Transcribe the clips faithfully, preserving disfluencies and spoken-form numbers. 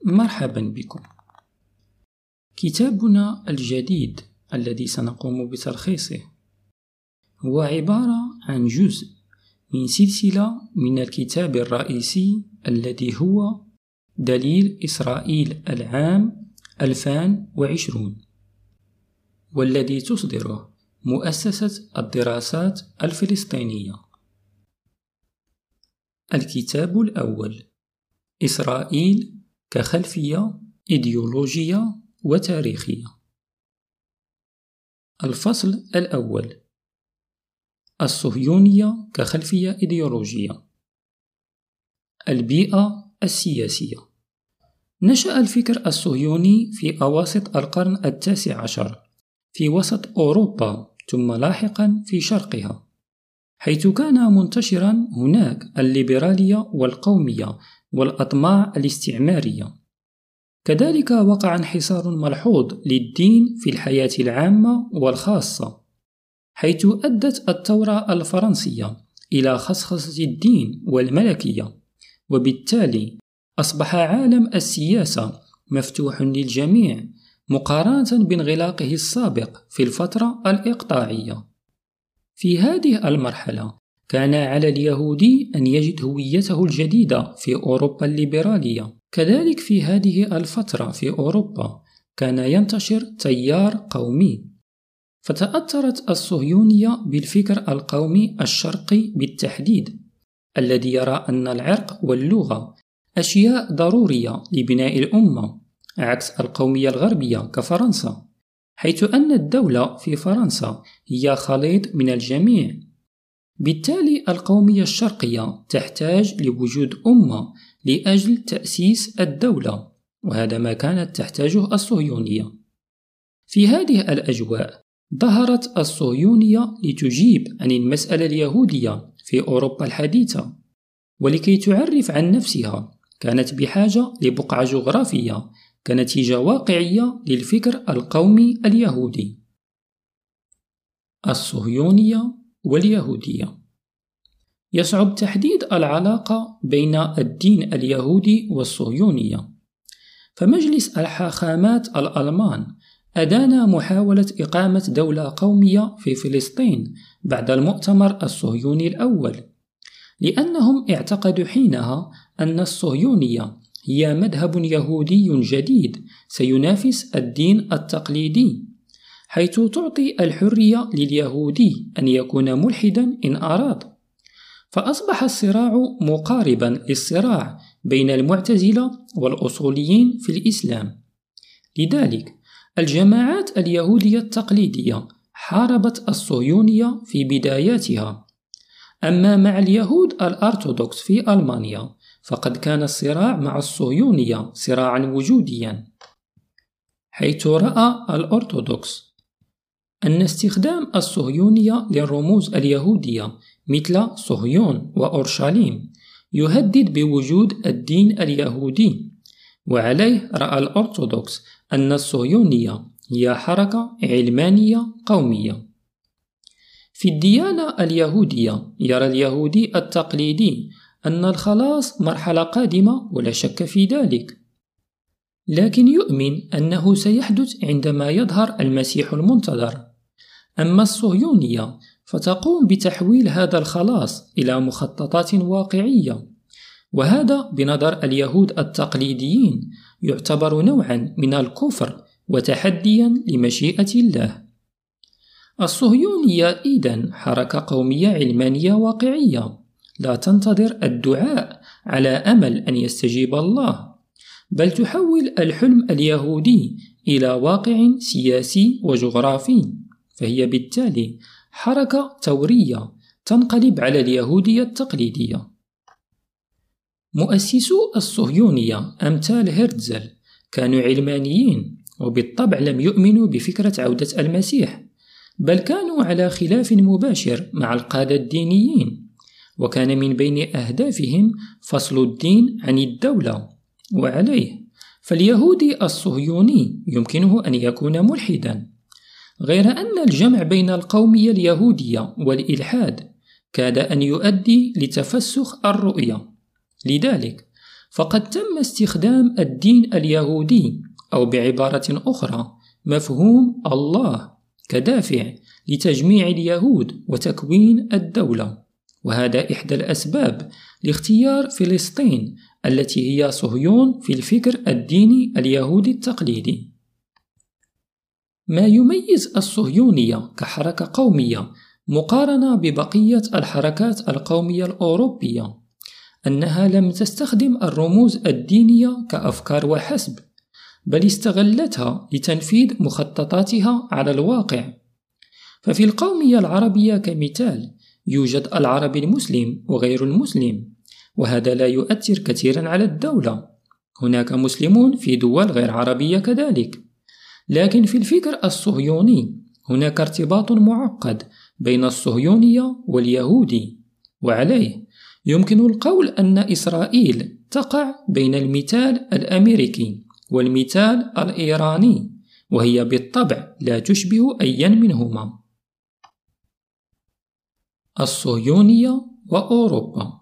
مرحبا بكم. كتابنا الجديد الذي سنقوم بتلخيصه هو عبارة عن جزء من سلسلة من الكتاب الرئيسي الذي هو دليل إسرائيل العام ألفين وعشرين، والذي تصدره مؤسسة الدراسات الفلسطينية. الكتاب الأول: إسرائيل كخلفية إيديولوجية وتاريخية. الفصل الأول: الصهيونية كخلفية إيديولوجية. البيئة السياسية. نشأ الفكر الصهيوني في أواسط القرن التاسع عشر في وسط أوروبا، ثم لاحقا في شرقها، حيث كان منتشرا هناك الليبرالية والقومية والأطماع الاستعمارية. كذلك وقع انحسار ملحوظ للدين في الحياة العامة والخاصة، حيث أدت الثورة الفرنسية إلى خصخصة الدين والملكية، وبالتالي أصبح عالم السياسة مفتوح للجميع مقارنة بانغلاقه السابق في الفترة الإقطاعية. في هذه المرحلة كان على اليهودي أن يجد هويته الجديدة في أوروبا الليبرالية. كذلك في هذه الفترة في أوروبا كان ينتشر تيار قومي، فتأثرت الصهيونية بالفكر القومي الشرقي بالتحديد، الذي يرى أن العرق واللغة أشياء ضرورية لبناء الأمة، عكس القومية الغربية كفرنسا، حيث أن الدولة في فرنسا هي خليط من الجميع. بالتالي القومية الشرقية تحتاج لوجود أمة لأجل تأسيس الدولة، وهذا ما كانت تحتاجه الصهيونية. في هذه الأجواء ظهرت الصهيونية لتجيب عن المسألة اليهودية في أوروبا الحديثة، ولكي تعرف عن نفسها كانت بحاجة لبقعة جغرافية كنتيجة واقعية للفكر القومي اليهودي. الصهيونية واليهودية. يصعب تحديد العلاقة بين الدين اليهودي والصهيونية، فمجلس الحاخامات الألمان أدان محاولة إقامة دولة قومية في فلسطين بعد المؤتمر الصهيوني الأول، لأنهم اعتقدوا حينها أن الصهيونية هي مذهب يهودي جديد سينافس الدين التقليدي، حيث تعطي الحرية لليهودي أن يكون ملحدا إن أراد. فأصبح الصراع مقاربا للصراع بين المعتزلة والأصوليين في الإسلام. لذلك الجماعات اليهودية التقليدية حاربت الصهيونية في بداياتها. أما مع اليهود الأرثوذكس في ألمانيا فقد كان الصراع مع الصهيونية صراعا وجوديا، حيث رأى الأرثوذكس أن استخدام الصهيونية للرموز اليهودية مثل صهيون وأورشليم يهدد بوجود الدين اليهودي، وعليه رأى الأرثوذكس أن الصهيونية هي حركة علمانية قومية. في الديانة اليهودية يرى اليهودي التقليدي أن الخلاص مرحلة قادمة ولا شك في ذلك، لكن يؤمن أنه سيحدث عندما يظهر المسيح المنتظر. أما الصهيونية فتقوم بتحويل هذا الخلاص إلى مخططات واقعية، وهذا بنظر اليهود التقليديين يعتبر نوعا من الكفر وتحديا لمشيئة الله. الصهيونية إذن حركة قومية علمانية واقعية لا تنتظر الدعاء على أمل أن يستجيب الله، بل تحول الحلم اليهودي إلى واقع سياسي وجغرافي، فهي بالتالي حركة ثورية تنقلب على اليهودية التقليدية. مؤسسو الصهيونية أمثال هرتزل كانوا علمانيين، وبالطبع لم يؤمنوا بفكرة عودة المسيح، بل كانوا على خلاف مباشر مع القادة الدينيين، وكان من بين أهدافهم فصل الدين عن الدولة. وعليه فاليهودي الصهيوني يمكنه أن يكون ملحدا، غير أن الجمع بين القومية اليهودية والإلحاد كاد أن يؤدي لتفسخ الرؤية. لذلك فقد تم استخدام الدين اليهودي أو بعبارة أخرى مفهوم الله كدافع لتجميع اليهود وتكوين الدولة، وهذا إحدى الأسباب لاختيار فلسطين التي هي صهيون في الفكر الديني اليهودي التقليدي. ما يميز الصهيونية كحركة قومية مقارنة ببقية الحركات القومية الأوروبية أنها لم تستخدم الرموز الدينية كأفكار وحسب، بل استغلتها لتنفيذ مخططاتها على الواقع. ففي القومية العربية كمثال يوجد العربي المسلم وغير المسلم، وهذا لا يؤثر كثيرا على الدولة. هناك مسلمون في دول غير عربية كذلك. لكن في الفكر الصهيوني هناك ارتباط معقد بين الصهيونية واليهودي، وعليه يمكن القول أن إسرائيل تقع بين المثال الأمريكي والمثال الإيراني، وهي بالطبع لا تشبه أيا منهما. الصهيونية وأوروبا.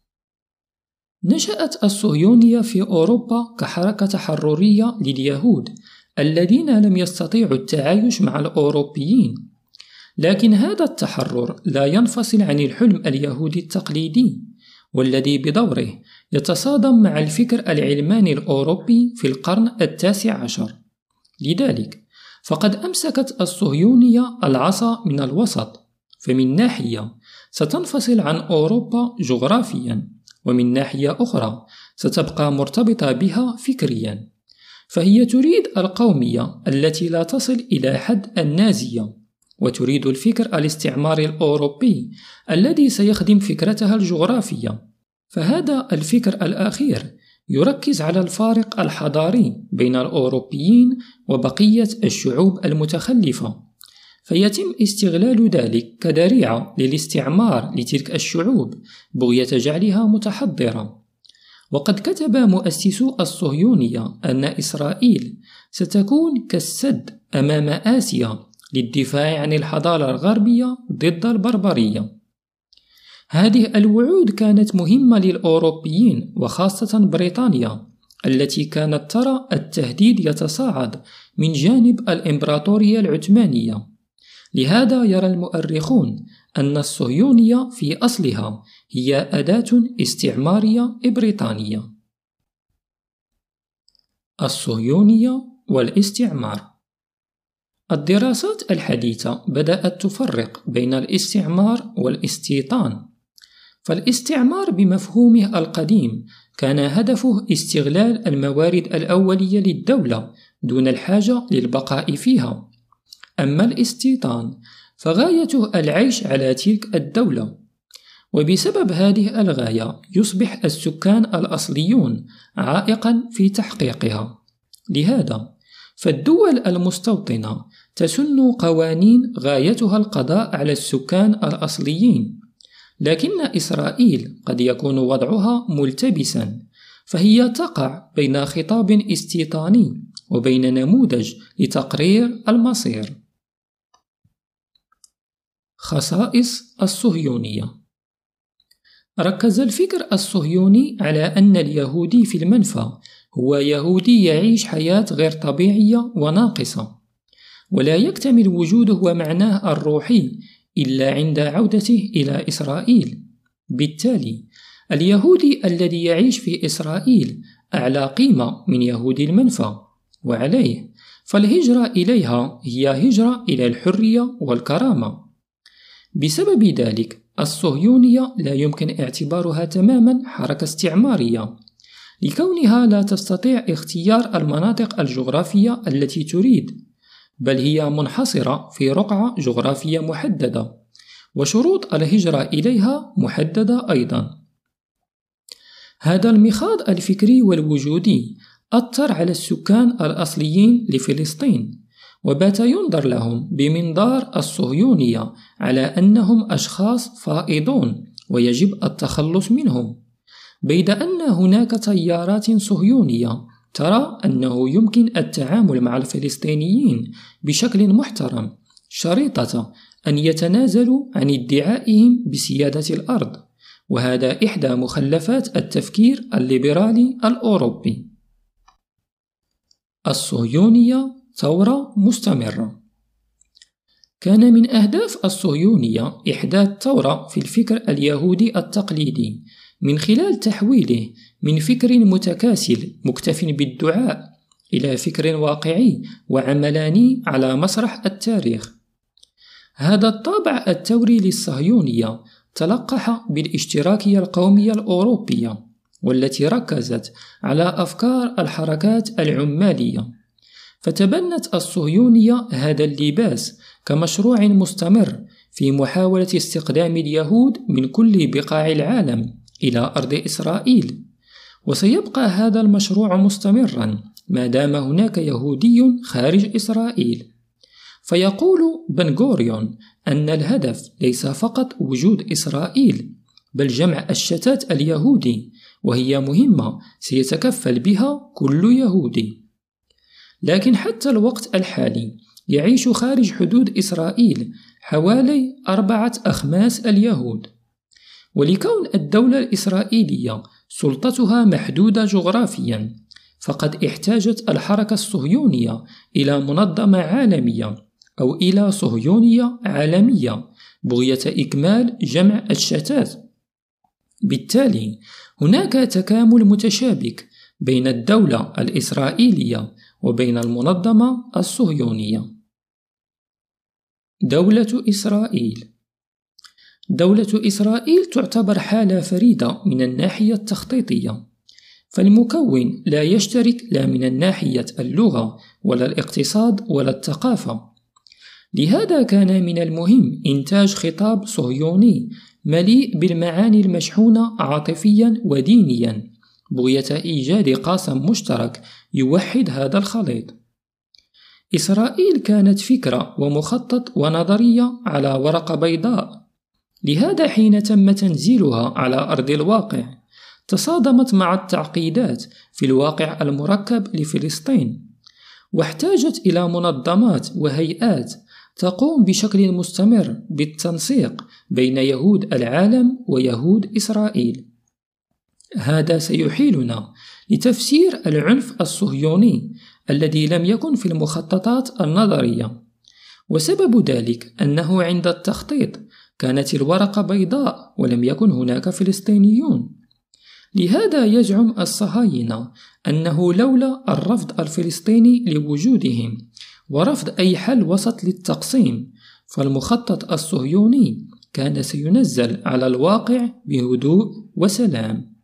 نشأت الصهيونية في أوروبا كحركة تحررية لليهود الذين لم يستطيعوا التعايش مع الأوروبيين، لكن هذا التحرر لا ينفصل عن الحلم اليهودي التقليدي، والذي بدوره يتصادم مع الفكر العلماني الأوروبي في القرن التاسع عشر. لذلك فقد أمسكت الصهيونية العصا من الوسط، فمن ناحية ستنفصل عن أوروبا جغرافيا، ومن ناحية أخرى ستبقى مرتبطة بها فكريا. فهي تريد القومية التي لا تصل إلى حد النازية، وتريد الفكر الاستعماري الأوروبي الذي سيخدم فكرتها الجغرافية. فهذا الفكر الأخير يركز على الفارق الحضاري بين الأوروبيين وبقية الشعوب المتخلفة، فيتم استغلال ذلك كذريعة للاستعمار لتلك الشعوب بغية جعلها متحضرة. وقد كتب مؤسسو الصهيونية أن إسرائيل ستكون كالسد أمام آسيا للدفاع عن الحضارة الغربية ضد البربرية. هذه الوعود كانت مهمة للأوروبيين وخاصة بريطانيا التي كانت ترى التهديد يتصاعد من جانب الإمبراطورية العثمانية. لهذا يرى المؤرخون أن الصهيونية في أصلها هي أداة استعمارية بريطانية. الصهيونية والاستعمار. الدراسات الحديثة بدأت تفرق بين الاستعمار والاستيطان. فالاستعمار بمفهومه القديم كان هدفه استغلال الموارد الأولية للدولة دون الحاجة للبقاء فيها، أما الاستيطان فغايته العيش على تلك الدولة، وبسبب هذه الغاية يصبح السكان الأصليون عائقا في تحقيقها. لهذا فالدول المستوطنة تسن قوانين غايتها القضاء على السكان الأصليين، لكن إسرائيل قد يكون وضعها ملتبسا، فهي تقع بين خطاب استيطاني وبين نموذج لتقرير المصير. خصائص الصهيونية. ركز الفكر الصهيوني على أن اليهودي في المنفى هو يهودي يعيش حياة غير طبيعية وناقصة، ولا يكتمل وجوده ومعناه الروحي إلا عند عودته إلى إسرائيل. بالتالي اليهودي الذي يعيش في إسرائيل أعلى قيمة من يهودي المنفى، وعليه فالهجرة إليها هي هجرة إلى الحرية والكرامة. بسبب ذلك الصهيونية لا يمكن اعتبارها تماما حركة استعمارية، لكونها لا تستطيع اختيار المناطق الجغرافية التي تريد، بل هي منحصرة في رقعة جغرافية محددة، وشروط الهجرة إليها محددة أيضا. هذا المخاض الفكري والوجودي أثر على السكان الأصليين لفلسطين، وبات ينظر لهم بمنظار الصهيونية على أنهم أشخاص فائضون ويجب التخلص منهم، بيد أن هناك تيارات صهيونية ترى أنه يمكن التعامل مع الفلسطينيين بشكل محترم شريطة أن يتنازلوا عن ادعائهم بسيادة الأرض، وهذا إحدى مخلفات التفكير الليبرالي الأوروبي. الصهيونية ثورة مستمرة. كان من أهداف الصهيونية إحداث ثورة في الفكر اليهودي التقليدي من خلال تحويله من فكر متكاسل مكتف بالدعاء إلى فكر واقعي وعملاني على مسرح التاريخ. هذا الطابع الثوري للصهيونية تلقح بالاشتراكية القومية الأوروبية، والتي ركزت على أفكار الحركات العمالية، فتبنت الصهيونية هذا اللباس كمشروع مستمر في محاولة استقدام اليهود من كل بقاع العالم إلى أرض إسرائيل. وسيبقى هذا المشروع مستمرا ما دام هناك يهودي خارج إسرائيل. فيقول بن غوريون أن الهدف ليس فقط وجود إسرائيل، بل جمع الشتات اليهودي، وهي مهمة سيتكفل بها كل يهودي. لكن حتى الوقت الحالي يعيش خارج حدود إسرائيل حوالي أربعة أخماس اليهود. ولكون الدولة الإسرائيلية سلطتها محدودة جغرافيا، فقد احتاجت الحركة الصهيونية إلى منظمة عالمية أو إلى صهيونية عالمية بغية إكمال جمع الشتات. بالتالي هناك تكامل متشابك بين الدولة الإسرائيلية وبين المنظمة الصهيونية. دولة إسرائيل. دولة إسرائيل تعتبر حالة فريدة من الناحية التخطيطية، فالمكون لا يشترك لا من الناحية اللغة ولا الاقتصاد ولا الثقافة. لهذا كان من المهم إنتاج خطاب صهيوني مليء بالمعاني المشحونة عاطفيا ودينيا بغية إيجاد قاسم مشترك يوحد هذا الخليط. إسرائيل كانت فكرة ومخطط ونظرية على ورقة بيضاء، لهذا حين تم تنزيلها على أرض الواقع تصادمت مع التعقيدات في الواقع المركب لفلسطين، واحتاجت إلى منظمات وهيئات تقوم بشكل مستمر بالتنسيق بين يهود العالم ويهود إسرائيل. هذا سيحيلنا لتفسير العنف الصهيوني الذي لم يكن في المخططات النظرية، وسبب ذلك أنه عند التخطيط كانت الورقة بيضاء ولم يكن هناك فلسطينيون. لهذا يزعم الصهاينة أنه لولا الرفض الفلسطيني لوجودهم ورفض أي حل وسط للتقسيم، فالمخطط الصهيوني كان سينزل على الواقع بهدوء وسلام.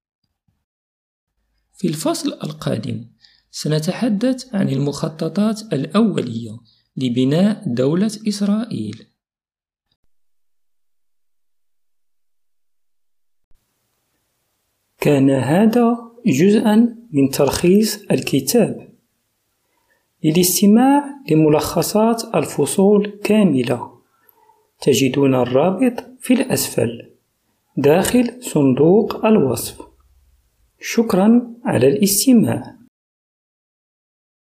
في الفصل القادم سنتحدث عن المخططات الأولية لبناء دولة إسرائيل. كان هذا جزءا من تلخيص الكتاب. للاستماع لملخصات الفصول كاملة تجدون الرابط في الأسفل داخل صندوق الوصف. شكرا على الاستماع.